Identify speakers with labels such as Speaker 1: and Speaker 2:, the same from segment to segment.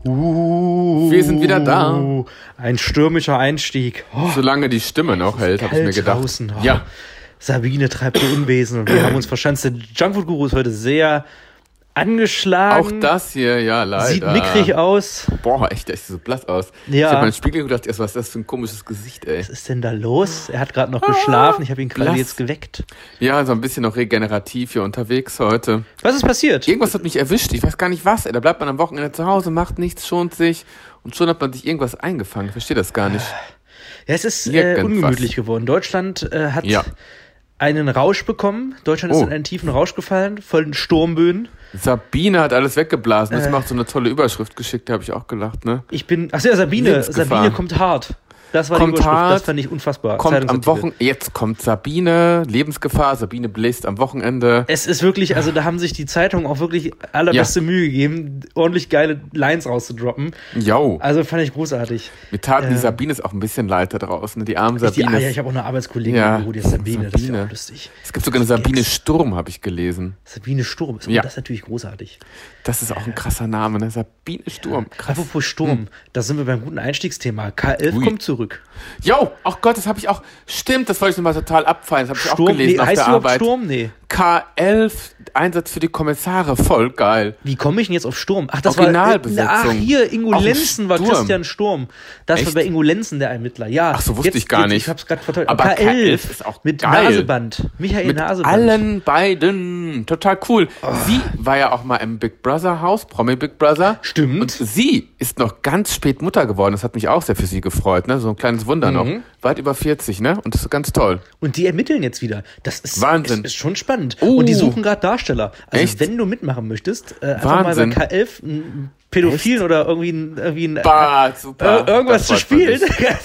Speaker 1: Wir sind wieder da.
Speaker 2: Ein stürmischer Einstieg.
Speaker 1: Solange die Stimme noch hält, habe ich mir gedacht.
Speaker 2: Draußen.
Speaker 1: Ja.
Speaker 2: Sabine treibt ihr Unwesen und wir haben uns verschanzt. Der Junkfood-Guru ist heute sehr angeschlagen.
Speaker 1: Auch das hier, ja, leider.
Speaker 2: Sieht mickrig aus.
Speaker 1: Boah, echt, der sieht so blass aus.
Speaker 2: Ja.
Speaker 1: Ich habe in den Spiegel gedacht, was ist das für ein komisches Gesicht, ey.
Speaker 2: Was ist denn da los? Er hat gerade noch geschlafen. Ich habe ihn quasi
Speaker 1: blass.
Speaker 2: jetzt geweckt.
Speaker 1: Ja, so ein bisschen noch regenerativ hier unterwegs heute.
Speaker 2: Was ist passiert?
Speaker 1: Irgendwas hat mich erwischt, ich weiß gar nicht was, ey. Da bleibt man am Wochenende zu Hause, macht nichts, schont sich und schon hat man sich irgendwas eingefangen. Ich verstehe das gar nicht.
Speaker 2: Ja, es ist
Speaker 1: Irgendwas.
Speaker 2: ungemütlich geworden. Deutschland hat einen Rausch bekommen. Deutschland ist in einen tiefen Rausch gefallen, voll Sturmböen.
Speaker 1: Sabine hat alles weggeblasen. Das macht so eine tolle Überschrift geschickt, da habe ich auch gelacht, ne?
Speaker 2: Sabine kommt hart. Das war die Überschrift, das fand ich unfassbar.
Speaker 1: Kommt am Wochenende, jetzt kommt Sabine, Lebensgefahr, Sabine bläst am Wochenende.
Speaker 2: Es ist wirklich, also da haben sich die Zeitungen auch wirklich allerbeste Mühe gegeben, ordentlich geile Lines rauszudroppen.
Speaker 1: Jo.
Speaker 2: Also fand ich großartig.
Speaker 1: Mir taten die Sabine ist auch ein bisschen leid da draußen, ne? Die arme Sabine.
Speaker 2: Ich habe auch eine Arbeitskollegin im Büro, die ist Sabine, das ist ja auch lustig.
Speaker 1: Es gibt sogar eine Sabine Sturm, habe ich gelesen.
Speaker 2: Sabine Sturm, das ist natürlich großartig.
Speaker 1: Das ist auch ein krasser Name, ne? Sabine Sturm. Krass.
Speaker 2: Apropos Sturm, da sind wir beim guten Einstiegsthema. K11 kommt zurück.
Speaker 1: Jo, ach Gott, das habe ich auch. Stimmt, das wollte ich nochmal total abfallen. Das habe ich auch gelesen auf der Arbeit.
Speaker 2: Sturm? Nee.
Speaker 1: K11, Einsatz für die Kommissare, voll geil.
Speaker 2: Wie komme ich denn jetzt auf Sturm? Ach, das
Speaker 1: Originalbesetzung.
Speaker 2: Hier, Ingo Lenzen war Christian Sturm. Das
Speaker 1: Echt?
Speaker 2: war bei Ingo Lenzen der Ermittler. Ja.
Speaker 1: Ach so, wusste ich gar nicht.
Speaker 2: Ich hab's gerade verteilt.
Speaker 1: Aber K11 ist auch
Speaker 2: mit
Speaker 1: geil.
Speaker 2: Naseband. Michael
Speaker 1: mit
Speaker 2: Naseband.
Speaker 1: Allen beiden. Total cool. Sie war ja auch mal im Big Brother Haus, Promi Big Brother.
Speaker 2: Stimmt.
Speaker 1: Und sie ist noch ganz spät Mutter geworden. Das hat mich auch sehr für sie gefreut, ne? So ein kleines Wunder noch. Weit über 40, ne? Und das ist ganz toll.
Speaker 2: Und die ermitteln jetzt wieder. Das ist
Speaker 1: Wahnsinn.
Speaker 2: Ist schon spannend. Und die suchen gerade Darsteller. Also
Speaker 1: Echt?
Speaker 2: wenn du mitmachen möchtest, einfach mal bei K11 einen Pädophilen oder irgendwie ein
Speaker 1: super.
Speaker 2: irgendwas zu spielen.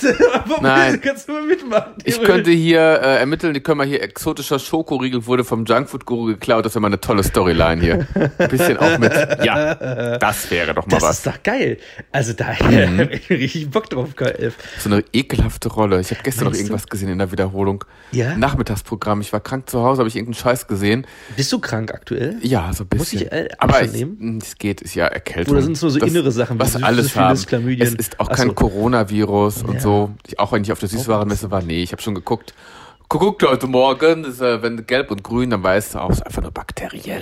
Speaker 1: Nein.
Speaker 2: Kannst du mal mitmachen.
Speaker 1: Ich könnte hier ermitteln, die können wir hier exotischer Schokoriegel wurde vom Junkfood-Guru geklaut. Das wäre mal eine tolle Storyline hier. Ein bisschen auch mit, das wäre doch mal was.
Speaker 2: Das ist doch geil. Also da hab ich richtig Bock drauf, K11.
Speaker 1: So eine ekelhafte Rolle. Ich habe gestern noch irgendwas gesehen in der Wiederholung.
Speaker 2: Ja?
Speaker 1: Nachmittagsprogramm. Ich war krank zu Hause, habe ich irgendeinen Scheiß gesehen.
Speaker 2: Bist du krank aktuell?
Speaker 1: Ja, so ein bisschen.
Speaker 2: Muss ich
Speaker 1: aber
Speaker 2: nehmen?
Speaker 1: Es geht, ist ja Erkältung.
Speaker 2: Oder sind es nur so innere Sachen,
Speaker 1: was
Speaker 2: wie
Speaker 1: alles haben.
Speaker 2: Chlamydien?
Speaker 1: Es ist auch kein Coronavirus und so. Auch wenn ich auf der Süßwarenmesse war, nee, ich habe schon geguckt heute Morgen, ist, wenn gelb und grün, dann weißt du auch, ist einfach nur bakteriell.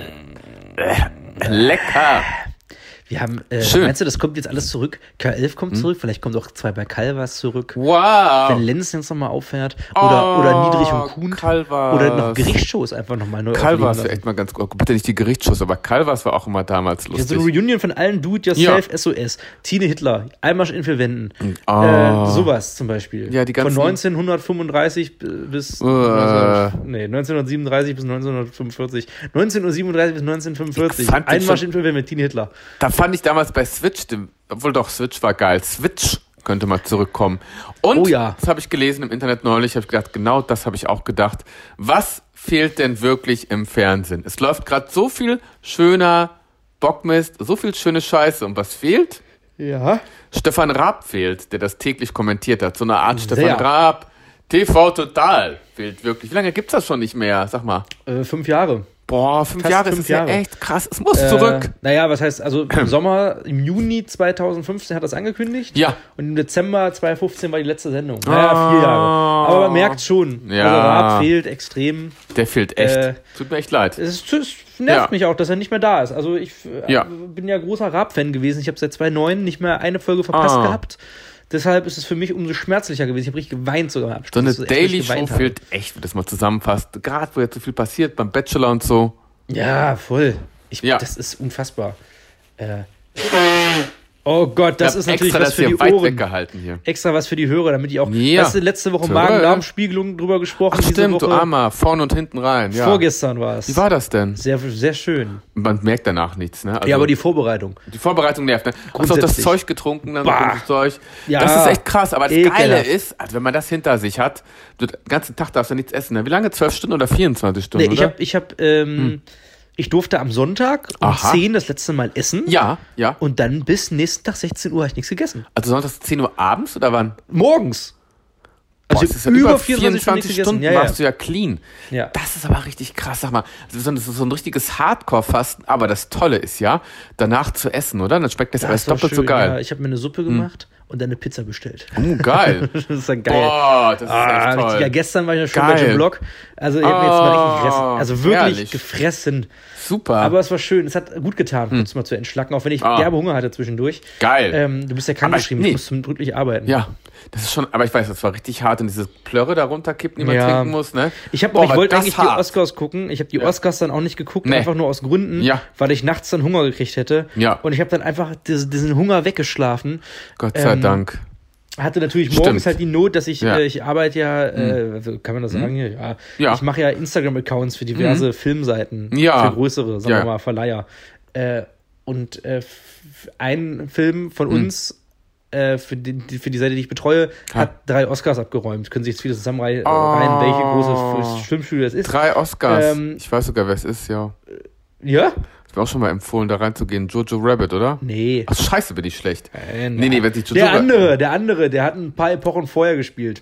Speaker 1: Lecker.
Speaker 2: Wir haben,
Speaker 1: Schön.
Speaker 2: meinst du, das kommt jetzt alles zurück? K11 kommt zurück, vielleicht kommt auch 2 bei Calvas zurück.
Speaker 1: Wow.
Speaker 2: Wenn Lenz jetzt nochmal auffährt. Oder Niedrich und Kuhn.
Speaker 1: Calvas.
Speaker 2: Oder noch Gerichtsshows einfach nochmal neu
Speaker 1: Calvas wäre echt mal ganz gut. Bitte nicht die Gerichtsshows, aber Calvas war auch immer damals lustig.
Speaker 2: Ja, so eine Reunion von allen Do-it-yourself SOS. Tine Hitler, Einmarsch in 4 Wänden. Sowas zum Beispiel.
Speaker 1: Ja, die ganzen...
Speaker 2: Von 1935 bis... 1937 bis 1945. 1937 bis 1945. Einmarsch in 4 Wänden mit Tine Hitler.
Speaker 1: Da fand ich damals bei Switch, Switch war geil. Switch könnte mal zurückkommen. Und das habe ich gelesen im Internet neulich, habe ich gedacht, genau das habe ich auch gedacht. Was fehlt denn wirklich im Fernsehen? Es läuft gerade so viel schöner Bockmist, so viel schöne Scheiße. Und was fehlt?
Speaker 2: Ja.
Speaker 1: Stefan Raab fehlt, der das täglich kommentiert hat. So eine Art Stefan Raab. TV Total fehlt wirklich. Wie lange gibt's das schon nicht mehr? Sag mal.
Speaker 2: 5 Jahre.
Speaker 1: Boah, 5 Jahre ist ja echt krass. Es muss zurück.
Speaker 2: Naja, was heißt, also im Sommer, im Juni 2015 hat das angekündigt.
Speaker 1: Ja.
Speaker 2: Und im Dezember 2015 war die letzte Sendung. Naja, 4 Jahre. Aber man merkt schon,
Speaker 1: ja.
Speaker 2: Also Raab fehlt extrem.
Speaker 1: Der fehlt echt. Tut mir echt leid.
Speaker 2: Es nervt mich auch, dass er nicht mehr da ist. Also ich bin ja großer Raab-Fan gewesen. Ich habe seit 2009 nicht mehr eine Folge verpasst gehabt. Deshalb ist es für mich umso schmerzlicher gewesen. Ich habe richtig geweint sogar am Abschluss.
Speaker 1: So eine Daily-Show fehlt echt, wenn das mal zusammenfasst. Gerade wo jetzt so viel passiert, beim Bachelor und so.
Speaker 2: Ja, voll. Das ist unfassbar. Oh Gott, das ist natürlich was für die
Speaker 1: weit
Speaker 2: Ohren.
Speaker 1: Weggehalten hier.
Speaker 2: Extra was für die Hörer, damit die auch...
Speaker 1: Ja.
Speaker 2: Hast du letzte Woche Magen-Darm-Spiegelung drüber gesprochen?
Speaker 1: Ach stimmt, du Armer, vorne und hinten rein. Ja.
Speaker 2: Vorgestern war es.
Speaker 1: Wie war das denn?
Speaker 2: Sehr, sehr schön.
Speaker 1: Man merkt danach nichts, ne? Also,
Speaker 2: ja, aber die Vorbereitung.
Speaker 1: Die Vorbereitung nervt, ne? Hast du auch das Zeug getrunken, dann das Zeug.
Speaker 2: Ja,
Speaker 1: das ist echt krass, aber das
Speaker 2: ekelhaft.
Speaker 1: Geile ist, also wenn man das hinter sich hat, du, den ganzen Tag darfst du nichts essen. Ne? Wie lange? 12 Stunden oder 24 Stunden,
Speaker 2: nee, ich durfte am Sonntag um 10 das letzte Mal essen.
Speaker 1: Ja, ja.
Speaker 2: Und dann bis nächsten Tag 16 Uhr habe ich nichts gegessen.
Speaker 1: Also sonntags 10 Uhr abends oder wann?
Speaker 2: Morgens.
Speaker 1: Also das ist ja über 24 Stunden machst du ja clean. Ja. Das ist aber richtig krass, sag mal. Das ist so ein richtiges Hardcore-Fasten. Aber das Tolle ist ja, danach zu essen, oder? Dann schmeckt das alles doppelt so geil.
Speaker 2: Ja, ich habe mir eine Suppe gemacht und dann eine Pizza bestellt.
Speaker 1: Geil.
Speaker 2: Das ist dann geil.
Speaker 1: Boah, das ist echt toll.
Speaker 2: Ja, gestern war ich noch schon bei dem Blog. Also ich habe mir jetzt mal richtig gefressen. Also wirklich herrlich. Gefressen.
Speaker 1: Super.
Speaker 2: Aber es war schön. Es hat gut getan, kurz mal zu entschlacken, auch wenn ich derbe Hunger hatte zwischendurch.
Speaker 1: Geil.
Speaker 2: Du bist ja krankgeschrieben, du musst wirklich arbeiten.
Speaker 1: Ja, das ist schon, aber ich weiß, das war richtig hart und diese Plörre da runterkippen, die man trinken muss, ne?
Speaker 2: Ich wollte eigentlich die Oscars gucken. Ich habe die Oscars dann auch nicht geguckt, einfach nur aus Gründen, weil ich nachts dann Hunger gekriegt hätte. Ja. Und ich habe dann einfach diesen Hunger weggeschlafen.
Speaker 1: Gott sei Dank.
Speaker 2: Hatte natürlich morgens halt die Not, dass ich arbeite kann man das sagen hier? Ja. Ich mache ja Instagram-Accounts für diverse Filmseiten, für größere, sagen wir mal, Verleiher. Und ein Film von uns, für die Seite, die ich betreue, hat 3 Oscars abgeräumt. Können sich jetzt viele zusammenreihen, welche große Filmstudio das ist. 3
Speaker 1: Oscars. Ich weiß sogar, wer es ist, ja.
Speaker 2: Ja?
Speaker 1: Ich habe auch schon mal empfohlen, da reinzugehen. Jojo Rabbit, oder?
Speaker 2: Nee.
Speaker 1: Ach, scheiße, bin ich schlecht.
Speaker 2: Nee, wenn ich Jojo Der andere, der hat ein paar Epochen vorher gespielt.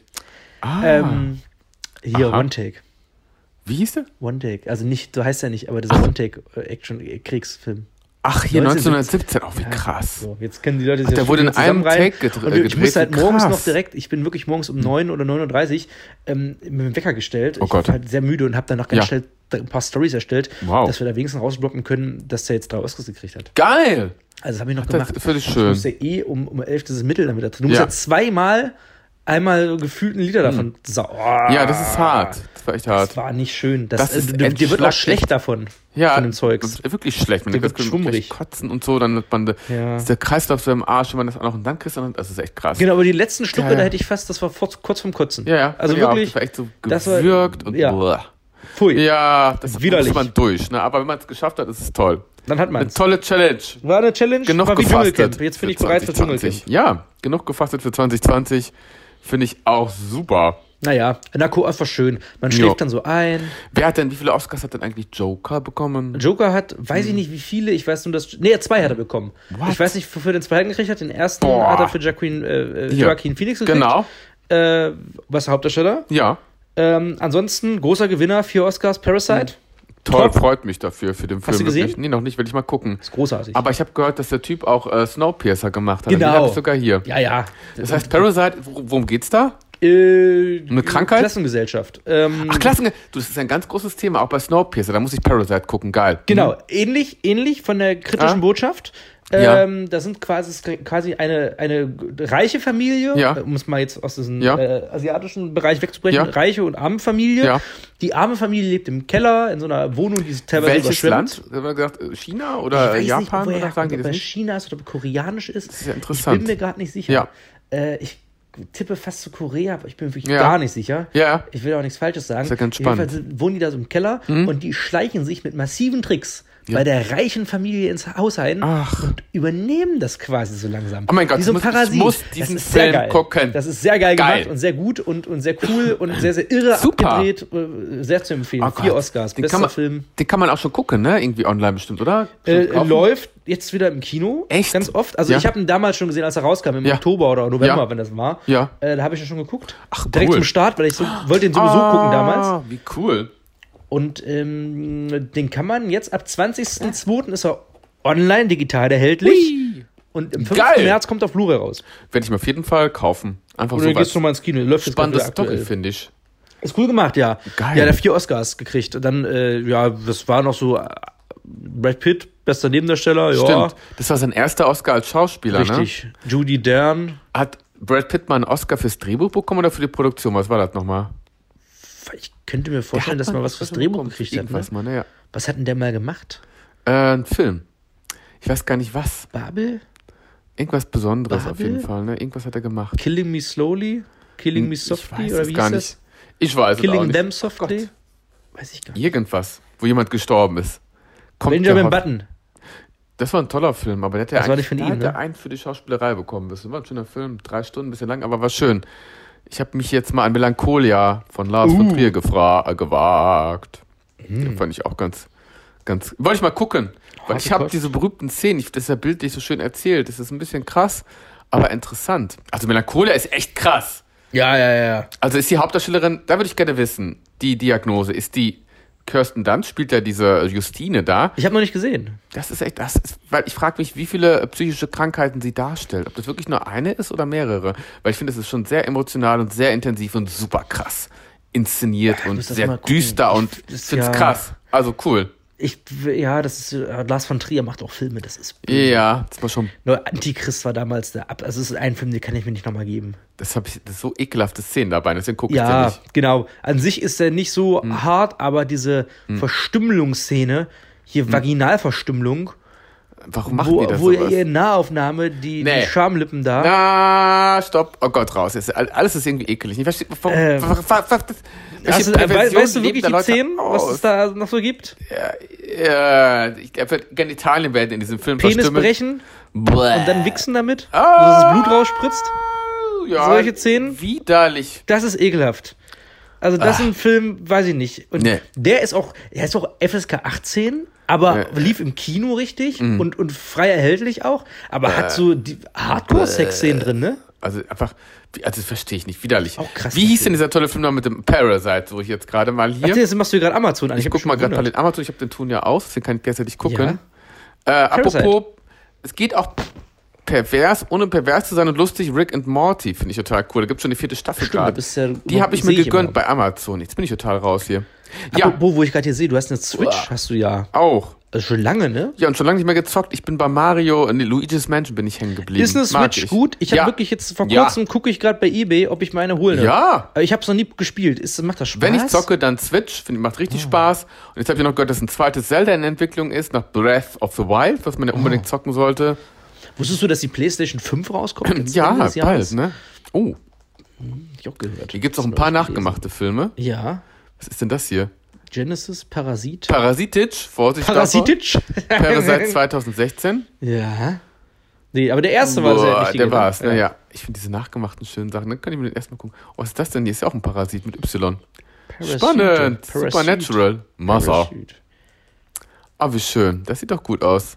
Speaker 2: Hier, One Take.
Speaker 1: Wie hieß der?
Speaker 2: One Take. Also nicht, so heißt er nicht, aber dieser One Take Action-Kriegsfilm.
Speaker 1: Ach, hier 1917, auch wie krass.
Speaker 2: So, jetzt können die Leute sich
Speaker 1: der wurde in einem Take gedreht.
Speaker 2: Ich muss halt morgens noch direkt, ich bin wirklich morgens um 9 oder 9:30 Uhr mit dem Wecker gestellt. Ich war halt sehr müde und habe dann noch ganz schnell ein paar Storys erstellt, dass wir da wenigstens rausblocken können, dass der jetzt 3 Oscars gekriegt hat.
Speaker 1: Geil!
Speaker 2: Also das habe ich noch gemacht.
Speaker 1: Das finde ich schön.
Speaker 2: Du musst ja um 11 dieses Mittel damit dazu. Du musst ja zweimal einmal gefühlt 1 Liter davon.
Speaker 1: Ja, das ist hart. Das war echt hart.
Speaker 2: Das war nicht schön. Dir wird auch schlecht davon.
Speaker 1: Ja,
Speaker 2: von dem Zeugs.
Speaker 1: Das ist wirklich schlecht.
Speaker 2: Man wird schwummrig.
Speaker 1: Kotzen und so, dann wird man ist der Kreislauf so im Arsch, wenn man das auch noch und dann kriegst du, das ist echt krass.
Speaker 2: Genau, aber die letzten Schlucke, da hätte ich fast, das war kurz vorm Kotzen.
Speaker 1: Ja.
Speaker 2: Also wirklich.
Speaker 1: Das war echt so gewürgt und
Speaker 2: Pfui.
Speaker 1: Ja, das
Speaker 2: widerlich.
Speaker 1: muss man durch, ne? Aber wenn man es geschafft hat, ist es toll.
Speaker 2: Dann hat man
Speaker 1: eine tolle Challenge.
Speaker 2: War eine Challenge?
Speaker 1: Genug
Speaker 2: war wie
Speaker 1: gefastet.
Speaker 2: Dschungelcamp. Jetzt bin ich bereit für Dschungelcamp.
Speaker 1: Ja, genug gefastet für 2020. Finde ich auch super.
Speaker 2: Naja, Narco war schön. Man schläft dann so ein.
Speaker 1: Wie viele Oscars hat denn eigentlich Joker bekommen?
Speaker 2: Joker hat, weiß ich nicht wie viele, ich weiß nur, dass. 2 hat er bekommen. What? Ich weiß nicht, wofür den zweiten gekriegt hat. Den ersten hat er für Joaquin Phoenix gekriegt.
Speaker 1: Genau.
Speaker 2: Was der Hauptdarsteller?
Speaker 1: Ja.
Speaker 2: Ansonsten, großer Gewinner, 4 Oscars, Parasite.
Speaker 1: Toll, freut mich dafür für den Film.
Speaker 2: Hast du gesehen?
Speaker 1: Nee, noch nicht, will ich mal gucken.
Speaker 2: Ist großartig.
Speaker 1: Aber ich habe gehört, dass der Typ auch Snowpiercer gemacht hat.
Speaker 2: Genau.
Speaker 1: Den habe ich sogar hier.
Speaker 2: Ja.
Speaker 1: Das heißt, Parasite, worum geht's da?
Speaker 2: Eine
Speaker 1: Krankheit?
Speaker 2: Klassengesellschaft.
Speaker 1: Das ist ein ganz großes Thema, auch bei Snowpiercer. Da muss ich Parasite gucken, geil.
Speaker 2: Genau, ähnlich von der kritischen Botschaft. Da sind quasi eine reiche Familie, um es mal jetzt aus diesem asiatischen Bereich wegzubrechen, reiche und arme Familie. Ja. Die arme Familie lebt im Keller in so einer Wohnung, die ist teilweise überschwemmt.
Speaker 1: Welches Land? Haben wir gesagt, China oder Japan?
Speaker 2: Oder sagen die das nicht? China ist oder koreanisch ist.
Speaker 1: Das ist ja interessant.
Speaker 2: Ich bin mir gerade nicht sicher. Ja. Ich tippe fast zu Korea, aber ich bin wirklich
Speaker 1: ja.
Speaker 2: gar nicht sicher.
Speaker 1: Ja.
Speaker 2: Ich will auch nichts Falsches sagen.
Speaker 1: Das ist ja ganz spannend.
Speaker 2: Jedenfalls wohnen die da so im Keller und die schleichen sich mit massiven Tricks bei der reichen Familie ins Haus ein und übernehmen das quasi so langsam.
Speaker 1: Oh mein Gott,
Speaker 2: ich
Speaker 1: muss diesen Film gucken.
Speaker 2: Das ist sehr geil gemacht und sehr gut und sehr cool und sehr, sehr irre abgedreht. Sehr zu empfehlen. 4 Oscars, bester Film.
Speaker 1: Den kann man auch schon gucken, ne? Irgendwie online bestimmt, oder?
Speaker 2: Läuft jetzt wieder im Kino.
Speaker 1: Echt?
Speaker 2: Ganz oft. Also ich habe ihn damals schon gesehen, als er rauskam, im Oktober oder November, wenn das war.
Speaker 1: Ja.
Speaker 2: Da habe ich ihn schon geguckt.
Speaker 1: Ach,
Speaker 2: direkt zum Start, weil ich wollte ihn sowieso gucken damals.
Speaker 1: Wie cool.
Speaker 2: Und den kann man jetzt ab 20.02. ist er online, digital erhältlich. Ui. Und im 5. März kommt er auf Blu-ray raus.
Speaker 1: Werde ich mir auf jeden Fall kaufen. Einfach so.
Speaker 2: Oder gehst du mal ins Kino. Läuft
Speaker 1: spannende Story, finde ich.
Speaker 2: Ist cool gemacht, ja.
Speaker 1: Geil.
Speaker 2: Ja, der hat 4 Oscars gekriegt. Und dann, das war noch so Brad Pitt, bester Nebendarsteller. Ja.
Speaker 1: Stimmt. Das war sein erster Oscar als Schauspieler,
Speaker 2: richtig. Ne? Judi Dern.
Speaker 1: Hat Brad Pitt mal einen Oscar fürs Drehbuch bekommen oder für die Produktion? Was war das nochmal?
Speaker 2: Ich könnte mir vorstellen, dass man was fürs Drehbuch gekriegt hat. Ne? Was hat denn der mal gemacht?
Speaker 1: Ein Film. Ich weiß gar nicht was.
Speaker 2: Babel?
Speaker 1: Irgendwas Besonderes auf jeden Fall. Ne? Irgendwas hat er gemacht.
Speaker 2: Killing Me Slowly? Killing Me Softly? Oder wie
Speaker 1: gar nicht. Ich weiß es auch nicht.
Speaker 2: Killing Them Softly? Weiß ich gar nicht.
Speaker 1: Irgendwas, wo jemand gestorben ist.
Speaker 2: Benjamin Button.
Speaker 1: Das war ein toller Film, aber der hat einen für die Schauspielerei bekommen. Das war ein schöner Film, 3 Stunden, ein bisschen lang, aber war schön. Ich habe mich jetzt mal an Melancholia von Lars von Trier gewagt. Den fand ich auch ganz. Wollte ich mal gucken, weil ich habe diese berühmten Szenen, das ist ja bildlich so schön erzählt. Das ist ein bisschen krass, aber interessant. Also Melancholia ist echt krass.
Speaker 2: Ja.
Speaker 1: Also ist die Hauptdarstellerin, da würde ich gerne wissen, die Diagnose, ist die Kirsten Dunst, spielt ja diese Justine da.
Speaker 2: Ich habe noch nicht gesehen.
Speaker 1: Weil ich frage mich, wie viele psychische Krankheiten sie darstellt. Ob das wirklich nur eine ist oder mehrere. Weil ich finde, es ist schon sehr emotional und sehr intensiv und super krass inszeniert und sehr düster und ich finde es krass. Also cool.
Speaker 2: Das ist, Lars von Trier macht auch Filme, das ist
Speaker 1: böse. Ja, das war schon...
Speaker 2: Nur Antichrist war damals also es ist ein Film, den kann ich mir nicht nochmal geben.
Speaker 1: Das ist so ekelhafte Szenen dabei, deswegen gucke ich den nicht.
Speaker 2: Ja, genau. An sich ist er nicht so hart, aber diese Verstümmelungsszene, hier Vaginalverstümmelung,
Speaker 1: warum machen die das
Speaker 2: wo ihr Nahaufnahme, die Schamlippen da...
Speaker 1: Na, stopp. Oh Gott, raus. Alles ist irgendwie ekelig. Ich verstehe...
Speaker 2: weißt du wirklich die Szenen, was es da noch so gibt?
Speaker 1: Genitalien werden in diesem Film
Speaker 2: Penis brechen und dann wichsen damit, dass das Blut rausspritzt.
Speaker 1: Ja,
Speaker 2: solche Szenen.
Speaker 1: Widerlich.
Speaker 2: Das ist ekelhaft. Also das ist ein Film, weiß ich nicht. Und der ist auch FSK 18, aber lief im Kino richtig und frei erhältlich auch, aber hat so die Hardcore-Sex-Szenen drin, ne?
Speaker 1: Also einfach, das verstehe ich nicht, widerlich.
Speaker 2: Auch krass.
Speaker 1: Wie hieß denn dieser tolle Film noch mit dem Parasite, wo ich jetzt gerade mal hier...
Speaker 2: Jetzt machst du gerade Amazon an.
Speaker 1: Ich guck mal gerade den Amazon, ich habe den Ton ja aus, deswegen kann ich gleichzeitig gucken. Apropos, es geht auch pervers, ohne pervers zu sein und lustig, Rick and Morty, finde ich total cool. Da gibt es schon die 4. Staffel gerade. Die habe ich mir gegönnt bei Amazon. Jetzt bin ich total raus hier.
Speaker 2: Wo ich gerade hier sehe, du hast eine Switch, hast du ja.
Speaker 1: Auch.
Speaker 2: Also schon lange, ne?
Speaker 1: Ja, und schon lange nicht mehr gezockt. Ich bin bei Luigi's Mansion bin ich hängen geblieben.
Speaker 2: Ist eine Switch gut? Ich habe wirklich jetzt vor kurzem, gucke ich gerade bei eBay, ob ich meine holen.
Speaker 1: Ja.
Speaker 2: Aber ich habe es noch nie gespielt. Macht das Spaß?
Speaker 1: Wenn ich zocke, dann Switch. Macht richtig Spaß. Und jetzt habe ich noch gehört, dass ein zweites Zelda in Entwicklung ist, nach Breath of the Wild, was man ja unbedingt zocken sollte.
Speaker 2: Wusstest du, dass die PlayStation 5 rauskommt?
Speaker 1: Ja, bald, ne? Oh.
Speaker 2: Hab ich auch gehört.
Speaker 1: Hier gibt es auch ein paar nachgemachte Filme.
Speaker 2: Ja.
Speaker 1: Was ist denn das hier?
Speaker 2: Genesis,
Speaker 1: Parasititch, Vorsicht.
Speaker 2: Parasititch?
Speaker 1: Parasite 2016.
Speaker 2: Ja. Nee, aber der erste war sehr wichtig.
Speaker 1: Der war es, naja. Ich finde diese nachgemachten schönen Sachen, dann kann ich mir den erstmal gucken. Oh, was ist das denn? Hier ist ja auch ein Parasit mit Y. Spannend. Supernatural. Mother. Oh, wie schön. Das sieht doch gut aus.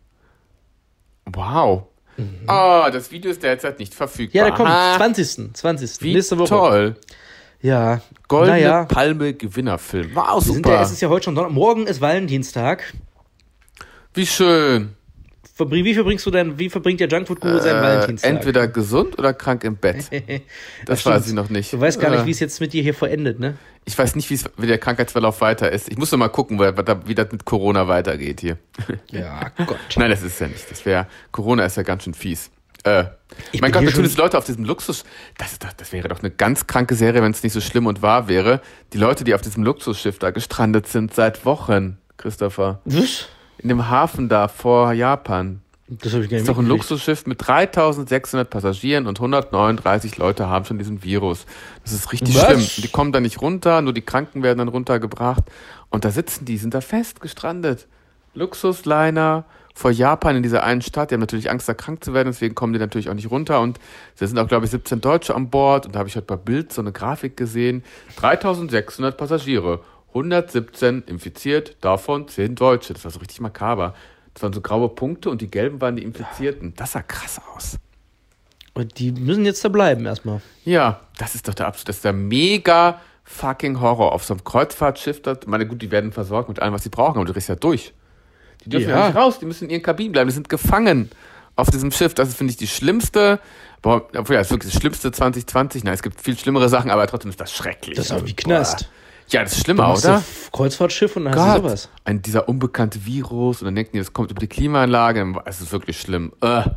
Speaker 1: Wow. Das Video ist derzeit nicht verfügbar.
Speaker 2: Ja, der kommt 20.
Speaker 1: Wie
Speaker 2: nächste Woche.
Speaker 1: Toll.
Speaker 2: Ja.
Speaker 1: Goldene Palme Gewinnerfilm. Wow, super.
Speaker 2: Es ist ja heute schon Donnerstag. Morgen ist Valentinstag.
Speaker 1: Wie schön.
Speaker 2: Wie verbringt der Junkfood-Guru seinen Valentinstag?
Speaker 1: Entweder gesund oder krank im Bett. Das weiß ich noch nicht.
Speaker 2: Du weißt gar nicht, wie es jetzt mit dir hier verendet, ne?
Speaker 1: Ich weiß nicht, wie der Krankheitsverlauf weiter ist. Ich muss noch mal gucken, wie das mit Corona weitergeht hier.
Speaker 2: Ja, Gott.
Speaker 1: Nein, das ist ja nicht. Corona ist ja ganz schön fies. Mein Gott, natürlich Leute auf diesem Luxus, das wäre doch eine ganz kranke Serie, wenn es nicht so schlimm und wahr wäre. Die Leute, die auf diesem Luxusschiff da gestrandet sind seit Wochen, Christopher.
Speaker 2: Was?
Speaker 1: In dem Hafen da vor Japan.
Speaker 2: Das habe ich gar nicht.
Speaker 1: Das ist doch ein Luxusschiff mit 3600 Passagieren und 139 Leute haben schon diesen Virus. Das ist richtig schlimm. Die kommen da nicht runter, nur die Kranken werden dann runtergebracht. Und da sitzen die, sind da fest gestrandet. Luxusliner vor Japan in dieser einen Stadt. Die haben natürlich Angst, da krank zu werden, deswegen kommen die natürlich auch nicht runter. Und da sind auch, glaube ich, 17 Deutsche an Bord. Und da habe ich heute bei Bild so eine Grafik gesehen. 3600 Passagiere, 117 infiziert, davon 10 Deutsche. Das war so richtig makaber. Das waren so graue Punkte und die gelben waren die Infizierten. Das sah krass aus.
Speaker 2: Und die müssen jetzt da bleiben erstmal.
Speaker 1: Ja, das ist doch das ist der mega fucking Horror auf so einem Kreuzfahrtschiff. Meine gut, die werden versorgt mit allem, was sie brauchen, aber du drehst ja durch. Die dürfen ja nicht raus, die müssen in ihren Kabinen bleiben, die sind gefangen auf diesem Schiff. Das ist, finde ich, die schlimmste, obwohl, das ist wirklich das schlimmste 2020. Nein, es gibt viel schlimmere Sachen, aber trotzdem ist das schrecklich.
Speaker 2: Das ist auch wie Knast.
Speaker 1: Ja, das ist schlimmer, oder?
Speaker 2: Kreuzfahrtschiff und dann hast du sowas.
Speaker 1: Dieser unbekannte Virus und dann denken die, das kommt über die Klimaanlage. Es ist wirklich schlimm.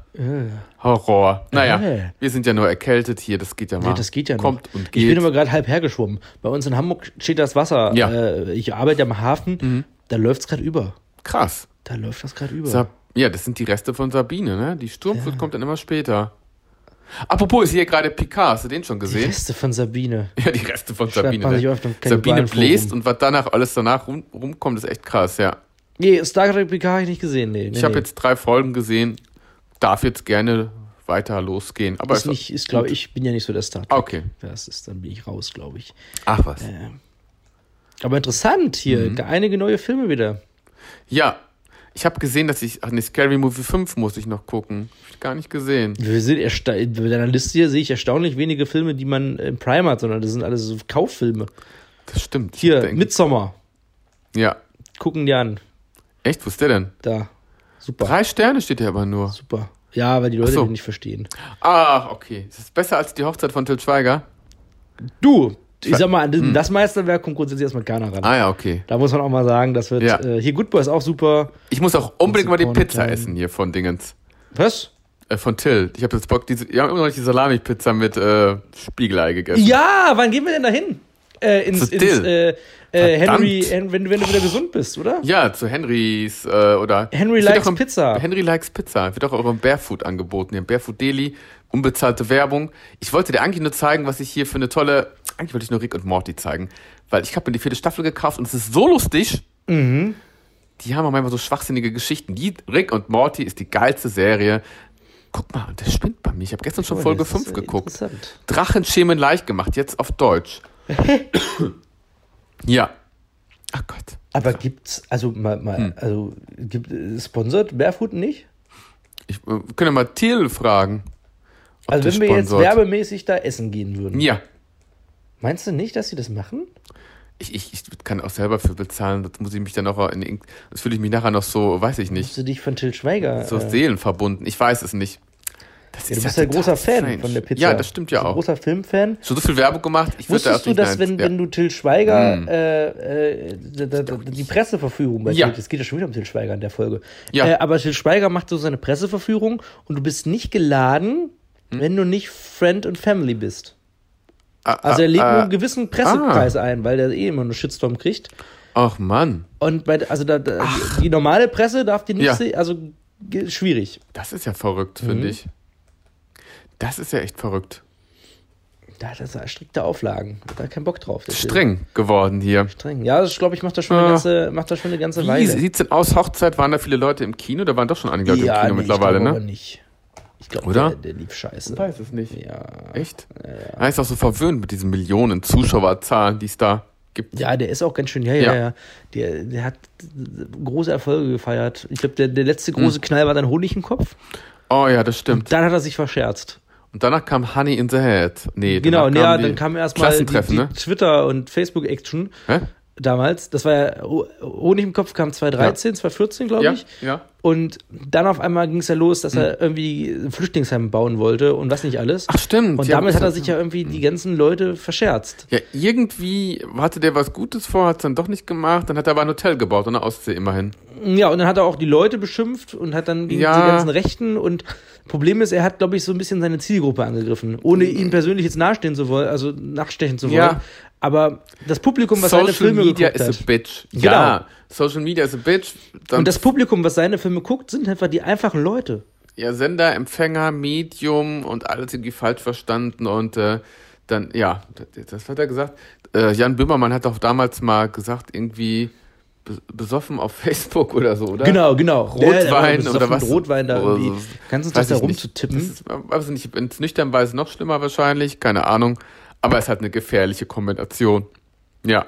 Speaker 1: Horror. Naja, wir sind ja nur erkältet hier, das geht ja mal.
Speaker 2: Ja, das geht ja
Speaker 1: kommt
Speaker 2: noch.
Speaker 1: Und geht.
Speaker 2: Ich bin immer gerade halb hergeschwommen. Bei uns in Hamburg steht das Wasser.
Speaker 1: Ja.
Speaker 2: Ich arbeite am Hafen, da läuft es gerade über.
Speaker 1: Krass.
Speaker 2: Da läuft das gerade über.
Speaker 1: Ja, das sind die Reste von Sabine, ne? Die Sturmflut kommt dann immer später. Apropos, ist hier gerade Picard, hast du den schon gesehen?
Speaker 2: Die Reste von Sabine.
Speaker 1: Ja, die Reste von Sabine. Ne? Sabine bläst und was alles danach rumkommt, ist echt krass, ja.
Speaker 2: Nee, Star Trek Picard habe ich nicht gesehen,
Speaker 1: Ich habe jetzt 3 Folgen gesehen, darf jetzt gerne weiter losgehen. Aber
Speaker 2: glaube ich, bin ja nicht so der Star Trek.
Speaker 1: Okay.
Speaker 2: Dann bin ich raus, glaube ich.
Speaker 1: Ach was.
Speaker 2: Aber interessant hier, einige neue Filme wieder.
Speaker 1: Ja, Ich habe gesehen, dass Scary Movie 5 muss ich noch gucken. Hab ich gar nicht gesehen.
Speaker 2: Wir sind bei deiner Liste hier sehe ich erstaunlich wenige Filme, die man im Prime hat, sondern das sind alles so Kauffilme.
Speaker 1: Das stimmt.
Speaker 2: Hier, Midsommar.
Speaker 1: Ja.
Speaker 2: Gucken die an.
Speaker 1: Echt? Wo ist der denn?
Speaker 2: Da. Super.
Speaker 1: 3 Sterne steht hier aber nur.
Speaker 2: Super. Ja, weil die Leute den nicht verstehen.
Speaker 1: Ah, okay. Ist das besser als die Hochzeit von Til Schweiger?
Speaker 2: Du, ich sag mal, an das Meisterwerk kommt grundsätzlich erstmal keiner ran.
Speaker 1: Ah ja, okay.
Speaker 2: Da muss man auch mal sagen, das wird, hier Good Boy ist auch super.
Speaker 1: Ich muss auch unbedingt mal die Pizza essen hier von Dingens.
Speaker 2: Was?
Speaker 1: Von Till. Ich habe jetzt Bock, wir haben immer noch nicht die Salami-Pizza mit Spiegelei gegessen.
Speaker 2: Ja, wann gehen wir denn da hin? Henry, wenn du wieder gesund bist, oder?
Speaker 1: Ja, zu Henrys oder
Speaker 2: Henry Likes Pizza.
Speaker 1: Henry Likes Pizza. Wird auch im Barefoot angeboten. Im Barefoot Deli, unbezahlte Werbung. Ich wollte dir eigentlich nur zeigen, was ich hier für eine tolle... Eigentlich wollte ich nur Rick und Morty zeigen. Weil ich habe mir die 4. Staffel gekauft und es ist so lustig.
Speaker 2: Mhm.
Speaker 1: Die haben auch manchmal so schwachsinnige Geschichten. Rick und Morty ist die geilste Serie. Guck mal, und der spinnt bei mir. Ich habe gestern schon Folge 5 geguckt. Drachenschemen leicht gemacht, jetzt auf Deutsch. Ja. Ach Gott.
Speaker 2: Aber gibt's, sponsert Barefoot nicht?
Speaker 1: Wir können ja mal Thiel fragen.
Speaker 2: Also wenn wir jetzt werbemäßig da essen gehen würden.
Speaker 1: Ja.
Speaker 2: Meinst du nicht, dass sie das machen?
Speaker 1: Ich kann auch selber für bezahlen. Das muss ich mich dann auch das fühle ich mich nachher noch so, weiß ich nicht.
Speaker 2: Musst du dich von Til Schweiger
Speaker 1: so seelenverbunden. Ich weiß es nicht.
Speaker 2: Du bist ja großer Fan von der Pizza.
Speaker 1: Ja, das stimmt ja auch.
Speaker 2: Großer Filmfan.
Speaker 1: Schon so viel Werbung gemacht.
Speaker 2: Wusstest du, dass wenn du Til Schweiger die Presseverführung es geht ja schon wieder um Til Schweiger in der Folge.
Speaker 1: Ja.
Speaker 2: Aber Til Schweiger macht so seine Presseverführung und du bist nicht geladen, wenn du nicht Friend und Family bist. Also er legt nur einen gewissen Pressepreis ein, weil der immer einen Shitstorm kriegt.
Speaker 1: Ach Mann.
Speaker 2: Und die normale Presse darf die nicht sehen, also schwierig.
Speaker 1: Das ist ja verrückt, finde ich. Das ist ja echt verrückt.
Speaker 2: Da hat er strikte Auflagen. Da hat keinen Bock drauf.
Speaker 1: Streng geworden hier.
Speaker 2: Streng. Ja, ich glaube, ich mache das schon eine ganze Weile.
Speaker 1: Wie sieht's denn aus? Hochzeit, waren da viele Leute im Kino? Da waren doch schon einige Leute im Kino mittlerweile,
Speaker 2: ich glaube
Speaker 1: ne?
Speaker 2: aber nicht. Ich glaube, der lief scheiße.
Speaker 1: Ich weiß es nicht.
Speaker 2: Ja.
Speaker 1: Echt? Ja. Er ist auch so verwöhnt mit diesen Millionen Zuschauerzahlen, die es da gibt.
Speaker 2: Ja, der ist auch ganz schön, ja. Der hat große Erfolge gefeiert. Ich glaube, der letzte große Knall war dann Honig im Kopf.
Speaker 1: Oh ja, das stimmt.
Speaker 2: Und dann hat er sich verscherzt.
Speaker 1: Und danach kam Honey in the Head. Nee,
Speaker 2: genau, dann kam erstmal die
Speaker 1: ne?
Speaker 2: Twitter- und Facebook-Action.
Speaker 1: Hä?
Speaker 2: Damals, das war ja, Honig im Kopf kam 2013, 2014, glaube ich.
Speaker 1: Ja.
Speaker 2: Und dann auf einmal ging es ja los, dass er irgendwie ein Flüchtlingsheim bauen wollte und was nicht alles.
Speaker 1: Ach stimmt.
Speaker 2: Und damit hat er sich ja irgendwie die ganzen Leute verscherzt.
Speaker 1: Ja, irgendwie hatte der was Gutes vor, hat es dann doch nicht gemacht, dann hat er aber ein Hotel gebaut an der Ostsee immerhin.
Speaker 2: Ja, und dann hat er auch die Leute beschimpft und hat dann die ganzen Rechten und Problem ist, er hat, glaube ich, so ein bisschen seine Zielgruppe angegriffen, ohne ihm persönlich jetzt nachstechen zu wollen, also nachstechen zu wollen. Ja. Aber das Publikum, was seine Filme geguckt hat...
Speaker 1: Social Media is a bitch.
Speaker 2: Genau.
Speaker 1: Ja, Social Media is a bitch.
Speaker 2: Und das Publikum, was seine Filme guckt, sind einfach die einfachen Leute.
Speaker 1: Ja, Sender, Empfänger, Medium und alles irgendwie falsch verstanden und dann, ja, das hat er gesagt. Jan Böhmermann hat doch damals mal gesagt, irgendwie... besoffen auf Facebook oder so, oder?
Speaker 2: Genau.
Speaker 1: Rotwein oder was?
Speaker 2: Rotwein da irgendwie. Kannst du uns das da rumzutippen?
Speaker 1: Also nicht, wenn es nüchtern war, ist es noch schlimmer wahrscheinlich, keine Ahnung. Aber es hat eine gefährliche Kombination. Ja.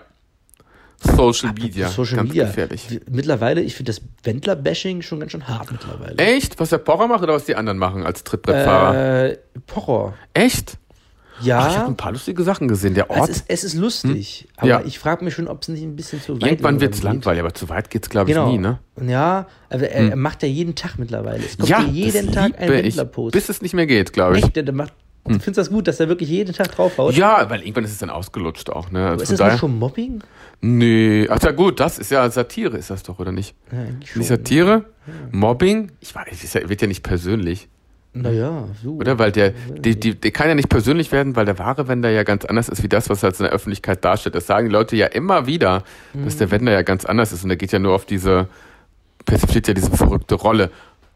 Speaker 1: Social Media, ganz gefährlich.
Speaker 2: Mittlerweile, ich finde das Wendler-Bashing schon ganz schön hart mittlerweile.
Speaker 1: Echt? Was der Pocher macht oder was die anderen machen als Trittbrettfahrer?
Speaker 2: Pocher.
Speaker 1: Echt?
Speaker 2: Ja.
Speaker 1: Ich habe ein paar lustige Sachen gesehen. Der Ort.
Speaker 2: Es ist lustig, aber ich frage mich schon, ob es nicht ein bisschen zu weit ist.
Speaker 1: Irgendwann wird es langweilig, aber zu weit geht es, glaube ich, nie, ne?
Speaker 2: Ja, aber er macht ja jeden Tag mittlerweile. Es kommt jeden Tag ein Wendler-Post.
Speaker 1: Bis es nicht mehr geht, glaube ich.
Speaker 2: Echt? Der macht. Findest du das gut, dass er wirklich jeden Tag draufhaut?
Speaker 1: Ja, weil irgendwann ist es dann ausgelutscht auch, ne?
Speaker 2: Also ist das nicht schon Mobbing?
Speaker 1: Nee, ach ja gut, das ist ja Satire, ist das doch, oder nicht?
Speaker 2: Ja, eigentlich schon.
Speaker 1: Nicht Satire? Ja. Mobbing? Ich weiß, wird ja nicht persönlich.
Speaker 2: Naja, so.
Speaker 1: Oder? Weil der kann ja nicht persönlich werden, weil der wahre Wender ja ganz anders ist, wie das, was er in der Öffentlichkeit darstellt. Das sagen die Leute ja immer wieder, dass der Wender ja ganz anders ist und der geht ja nur auf persifliert ja diese verrückte Rolle.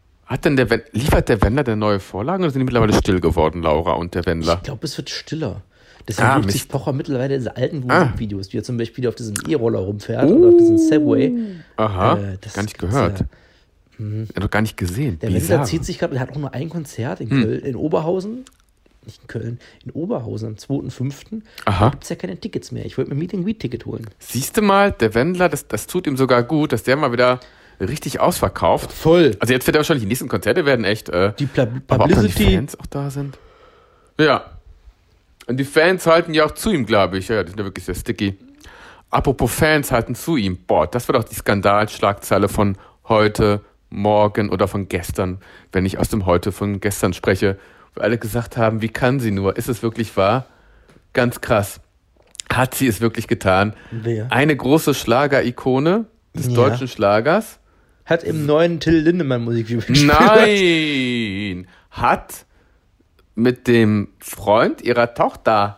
Speaker 1: Liefert der Wendler denn neue Vorlagen oder sind die mittlerweile still geworden, Laura und der Wendler?
Speaker 2: Ich glaube, es wird stiller. Deswegen sucht sich Pocher mittlerweile diese alten Musikvideos, wie er zum Beispiel auf diesem E-Roller rumfährt oder auf diesem Segway.
Speaker 1: Aha, gar nicht gehört. Er hat doch gar nicht gesehen.
Speaker 2: Der Wendler zieht sich gerade, er hat auch nur ein Konzert in Köln, in Oberhausen. Nicht in Köln, in Oberhausen am 2.5. Da gibt es ja keine Tickets mehr. Ich wollte mir ein Meet-and-Greet-Ticket holen.
Speaker 1: Siehst du mal, der Wendler, das tut ihm sogar gut, dass der mal wieder richtig ausverkauft.
Speaker 2: Voll.
Speaker 1: Also jetzt wird er wahrscheinlich, die nächsten Konzerte werden echt,
Speaker 2: die
Speaker 1: Publicity. Aber ob dann die Fans auch da sind. Ja. Und die Fans halten ja auch zu ihm, glaube ich. Ja, die sind ja wirklich sehr sticky. Apropos Fans halten zu ihm. Boah, das war doch die Skandalschlagzeile von heute, morgen oder von gestern, wenn ich aus dem Heute von gestern spreche, wo alle gesagt haben, wie kann sie nur? Ist es wirklich wahr? Ganz krass. Hat sie es wirklich getan?
Speaker 2: Wer?
Speaker 1: Eine große Schlager-Ikone des deutschen Schlagers.
Speaker 2: Hat im neuen Till Lindemann Musikvideo gespielt.
Speaker 1: Nein! Hat mit dem Freund ihrer Tochter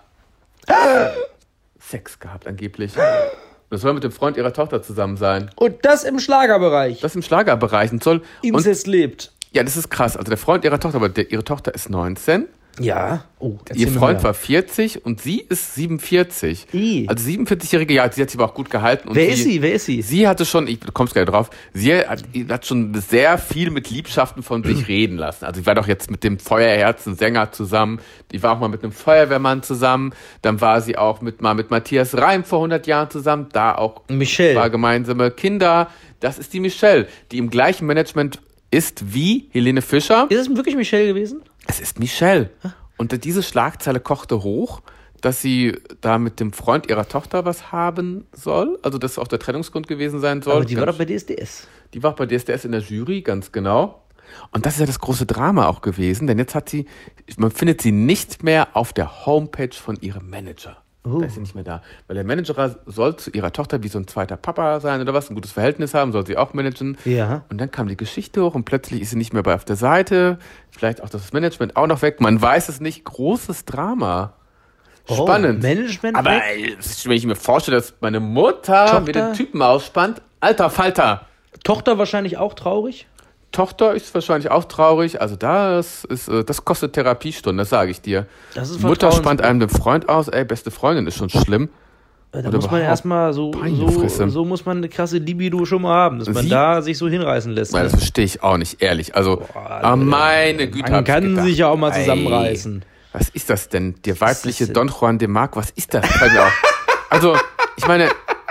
Speaker 1: Sex gehabt angeblich. Das soll mit dem Freund ihrer Tochter zusammen sein.
Speaker 2: Und das im Schlagerbereich.
Speaker 1: Das im Schlagerbereich. Und soll
Speaker 2: Inzest lebt.
Speaker 1: Ja, das ist krass. Also der Freund ihrer Tochter, aber ihre Tochter ist 19.
Speaker 2: Ja. Oh,
Speaker 1: ihr Freund war 40 und sie ist 47. Also 47-Jährige, ja, sie hat sich aber auch gut gehalten. Und
Speaker 2: Wer ist sie?
Speaker 1: Sie hatte schon, du kommst gleich drauf, sie hat schon sehr viel mit Liebschaften von sich reden lassen. Also sie war doch jetzt mit dem Feuerherzen-Sänger zusammen, die war auch mal mit einem Feuerwehrmann zusammen, dann war sie auch mal mit Matthias Reim vor 100 Jahren zusammen, da auch
Speaker 2: Michelle.
Speaker 1: War gemeinsame Kinder. Das ist die Michelle, die im gleichen Management ist wie Helene Fischer.
Speaker 2: Ist es wirklich Michelle gewesen?
Speaker 1: Es ist Michelle. Und diese Schlagzeile kochte hoch, dass sie da mit dem Freund ihrer Tochter was haben soll. Also das auch der Trennungsgrund gewesen sein soll.
Speaker 2: Aber die war doch bei DSDS.
Speaker 1: Die war bei DSDS in der Jury, ganz genau. Und das ist ja das große Drama auch gewesen, denn jetzt man findet sie nicht mehr auf der Homepage von ihrem Manager. Da ist sie nicht mehr da. Weil der Manager soll zu ihrer Tochter wie so ein zweiter Papa sein oder was, ein gutes Verhältnis haben, soll sie auch managen.
Speaker 2: Ja.
Speaker 1: Und dann kam die Geschichte hoch und plötzlich ist sie nicht mehr auf der Seite. Vielleicht auch das Management auch noch weg. Man weiß es nicht. Großes Drama. Spannend.
Speaker 2: Management
Speaker 1: aber wenn ich mir vorstelle, dass meine Mutter mir den Typen ausspannt, alter Falter.
Speaker 2: Tochter wahrscheinlich auch traurig?
Speaker 1: Tochter ist wahrscheinlich auch traurig. Also das kostet Therapiestunden, das sage ich dir. Mutter spannt einem den Freund aus. Ey, beste Freundin ist schon schlimm.
Speaker 2: Da muss man erstmal so muss man eine krasse Libido schon mal haben, dass man da sich so hinreißen lässt.
Speaker 1: Das verstehe ich auch nicht, ehrlich. Also, meine Güte.
Speaker 2: Man kann sich ja auch mal zusammenreißen.
Speaker 1: Was ist das denn? Der weibliche Don Juan de Marc, was ist das? Also, ich meine,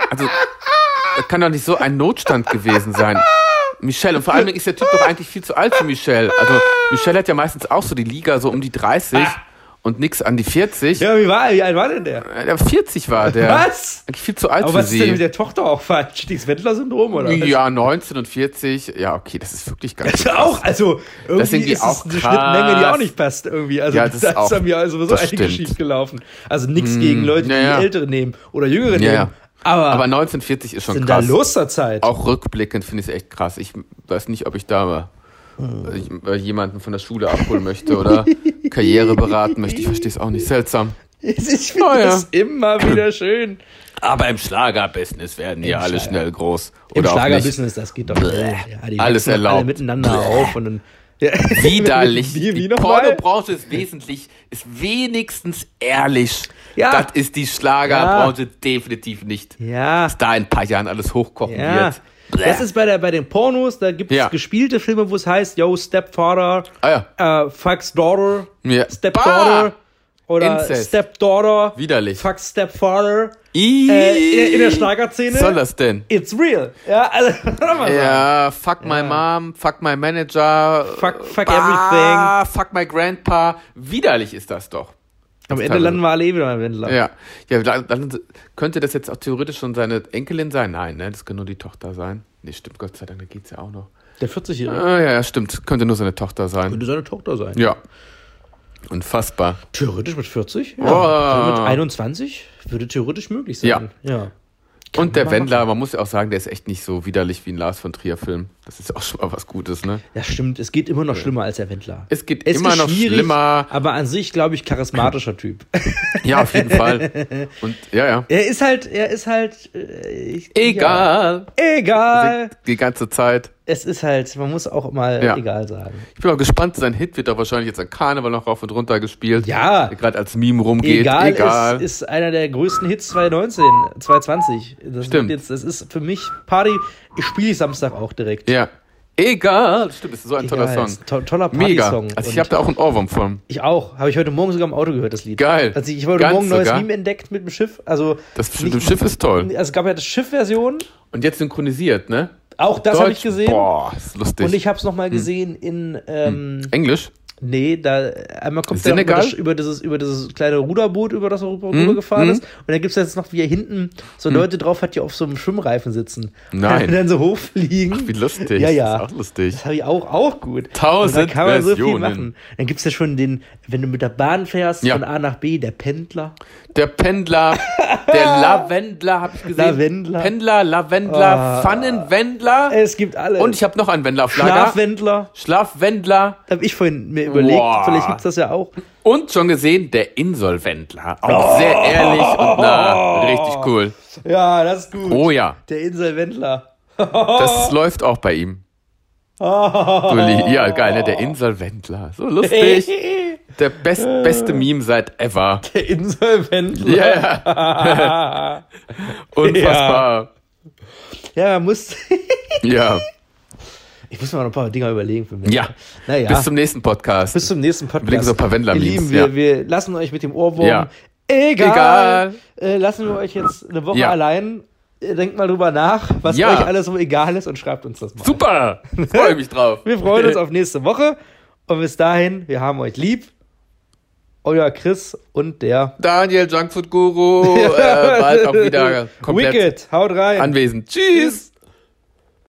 Speaker 1: das kann doch nicht so ein Notstand gewesen sein. Michelle, und vor allem ist der Typ doch eigentlich viel zu alt für Michelle. Also, Michelle hat ja meistens auch so die Liga so um die 30 und nix an die 40.
Speaker 2: Ja, wie alt war denn der?
Speaker 1: Der 40 war der.
Speaker 2: Was?
Speaker 1: Eigentlich viel zu alt für sie.
Speaker 2: Aber was ist denn mit der Tochter auch falsch? Das Wendler-Syndrom, oder?
Speaker 1: Ja, 19 und 40. Ja, okay, das ist wirklich ganz
Speaker 2: krass. Auch, also, irgendwie ist es eine Schnittmenge, die auch nicht passt, irgendwie. Also, ja, das ist bei mir sowieso einiges schief gelaufen. Also, nichts gegen Leute, die Ältere nehmen oder Jüngere nehmen. Ja. Aber 1940 ist schon krass. Was ist denn da los zur Zeit?
Speaker 1: Auch rückblickend finde ich es echt krass. Ich weiß nicht, ob ich da jemanden von der Schule abholen möchte oder Karriere beraten möchte. Ich verstehe es auch nicht. Seltsam.
Speaker 2: Ich finde das immer wieder schön.
Speaker 1: Aber im Schlagerbusiness werden ja alle schnell groß. Oder
Speaker 2: im Schlagerbusiness, das geht doch schnell. Ja, die
Speaker 1: alles erlaubt. Alle
Speaker 2: miteinander auf und dann...
Speaker 1: Ja. Widerlich. Die Pornobranche ist wenigstens ehrlich. Ja. Das ist die Schlagerbranche definitiv nicht.
Speaker 2: Ja.
Speaker 1: Dass da in ein paar Jahren alles hochkochen wird.
Speaker 2: Das ist bei den Pornos, da gibt es gespielte Filme, wo es heißt, yo, Stepfather, fucks Daughter, Stepdaughter oder
Speaker 1: Incest.
Speaker 2: Stepdaughter,
Speaker 1: widerlich.
Speaker 2: Fucks Stepfather. In der Schlagerszene.
Speaker 1: Was soll das denn?
Speaker 2: It's real. Ja, also,
Speaker 1: fuck my mom, fuck my manager,
Speaker 2: fuck everything.
Speaker 1: Fuck my grandpa. Widerlich ist das doch.
Speaker 2: Am Ende landen wir alle wieder beim Wendler.
Speaker 1: Ja, dann könnte das jetzt auch theoretisch schon seine Enkelin sein? Nein, ne? Das kann nur die Tochter sein. Nee, stimmt, Gott sei Dank, da geht's ja auch noch.
Speaker 2: Der 40-Jährige?
Speaker 1: Ja, stimmt. Könnte nur seine Tochter sein.
Speaker 2: Könnte seine Tochter sein.
Speaker 1: Ja. Unfassbar.
Speaker 2: Theoretisch mit 40? Ja. Mit 21 würde theoretisch möglich sein. Ja.
Speaker 1: Und der Wendler, man muss ja auch sagen, der ist echt nicht so widerlich wie ein Lars von Trier-Film. Das ist auch schon mal was Gutes, ne?
Speaker 2: Ja, stimmt. Es geht immer noch schlimmer als der Wendler.
Speaker 1: Es immer noch schlimmer.
Speaker 2: Aber an sich, glaube ich, charismatischer Typ.
Speaker 1: Ja, auf jeden Fall. Und ja.
Speaker 2: Er ist halt.
Speaker 1: Egal.
Speaker 2: Egal.
Speaker 1: Die ganze Zeit.
Speaker 2: Es ist halt, man muss auch mal egal sagen.
Speaker 1: Ich bin auch gespannt, sein Hit wird doch wahrscheinlich jetzt an Karneval noch rauf und runter gespielt.
Speaker 2: Ja.
Speaker 1: Der gerade als Meme rumgeht.
Speaker 2: Egal. Ist einer der größten Hits 2020.
Speaker 1: Stimmt.
Speaker 2: Das ist für mich Party. Ich spiele Samstag auch direkt.
Speaker 1: Ja. Egal. Stimmt, das ist so ein toller Song.
Speaker 2: Toller Party-Song.
Speaker 1: Also ich habe da auch einen Ohrwurm von.
Speaker 2: Ich auch. Habe ich heute Morgen sogar im Auto gehört, das Lied.
Speaker 1: Geil.
Speaker 2: Also ich habe heute Morgen ein neues Meme entdeckt mit dem Schiff. Also
Speaker 1: das Schiff ist toll.
Speaker 2: Also es gab ja das Schiff-Version.
Speaker 1: Und jetzt synchronisiert, ne?
Speaker 2: Auch das habe ich gesehen.
Speaker 1: Boah, ist lustig.
Speaker 2: Und ich habe es nochmal gesehen in
Speaker 1: Englisch?
Speaker 2: Nee, da einmal kommt er über dieses kleine Ruderboot, über das er rübergefahren ist. Und dann gibt es jetzt noch, wie er hinten so Leute drauf hat, die auf so einem Schwimmreifen sitzen.
Speaker 1: Nein.
Speaker 2: Und dann so hochfliegen.
Speaker 1: Ach, wie lustig.
Speaker 2: Ja, ja.
Speaker 1: Das ist auch lustig.
Speaker 2: Das habe ich auch gut.
Speaker 1: 1000
Speaker 2: da kann man
Speaker 1: Versionen.
Speaker 2: so viel machen. Dann gibt es ja schon wenn du mit der Bahn fährst, von A nach B, der Pendler.
Speaker 1: Der Pendler, der Lavendler, habe ich gesehen.
Speaker 2: Lavendler.
Speaker 1: Pendler, Lavendler, Pfannenwendler.
Speaker 2: Es gibt alle.
Speaker 1: Und ich habe noch einen Wendler auf Lager. Schlafwendler.
Speaker 2: Da habe ich vorhin mir überlegt, vielleicht gibt es das ja auch.
Speaker 1: Und schon gesehen, der Insolventler. Auch sehr ehrlich und richtig cool.
Speaker 2: Ja, das ist gut.
Speaker 1: Oh ja.
Speaker 2: Der Insolventler.
Speaker 1: Das läuft auch bei ihm. Ja, geil, ne? Der Insolventler. So lustig. Der beste Meme seit ever.
Speaker 2: Der Insolventler.
Speaker 1: Yeah. Unfassbar.
Speaker 2: Ja, man muss...
Speaker 1: Ja.
Speaker 2: Ich muss mir noch ein paar Dinger überlegen für mich.
Speaker 1: Ja. Naja. Bis zum nächsten Podcast.
Speaker 2: Überlegen
Speaker 1: so ein paar Wendler-Memes.
Speaker 2: Ihr Lieben, wir lassen euch mit dem Ohrwurm. Egal. Lassen wir euch jetzt eine Woche allein. Denkt mal drüber nach, was euch alles so egal ist und schreibt uns das mal.
Speaker 1: Super. Freue mich drauf.
Speaker 2: Wir freuen uns auf nächste Woche. Und bis dahin, wir haben euch lieb. Euer Chris und der
Speaker 1: Daniel, Junkfood Guru. Bald auch wieder komplett
Speaker 2: Wicked. Haut rein.
Speaker 1: anwesend. Tschüss.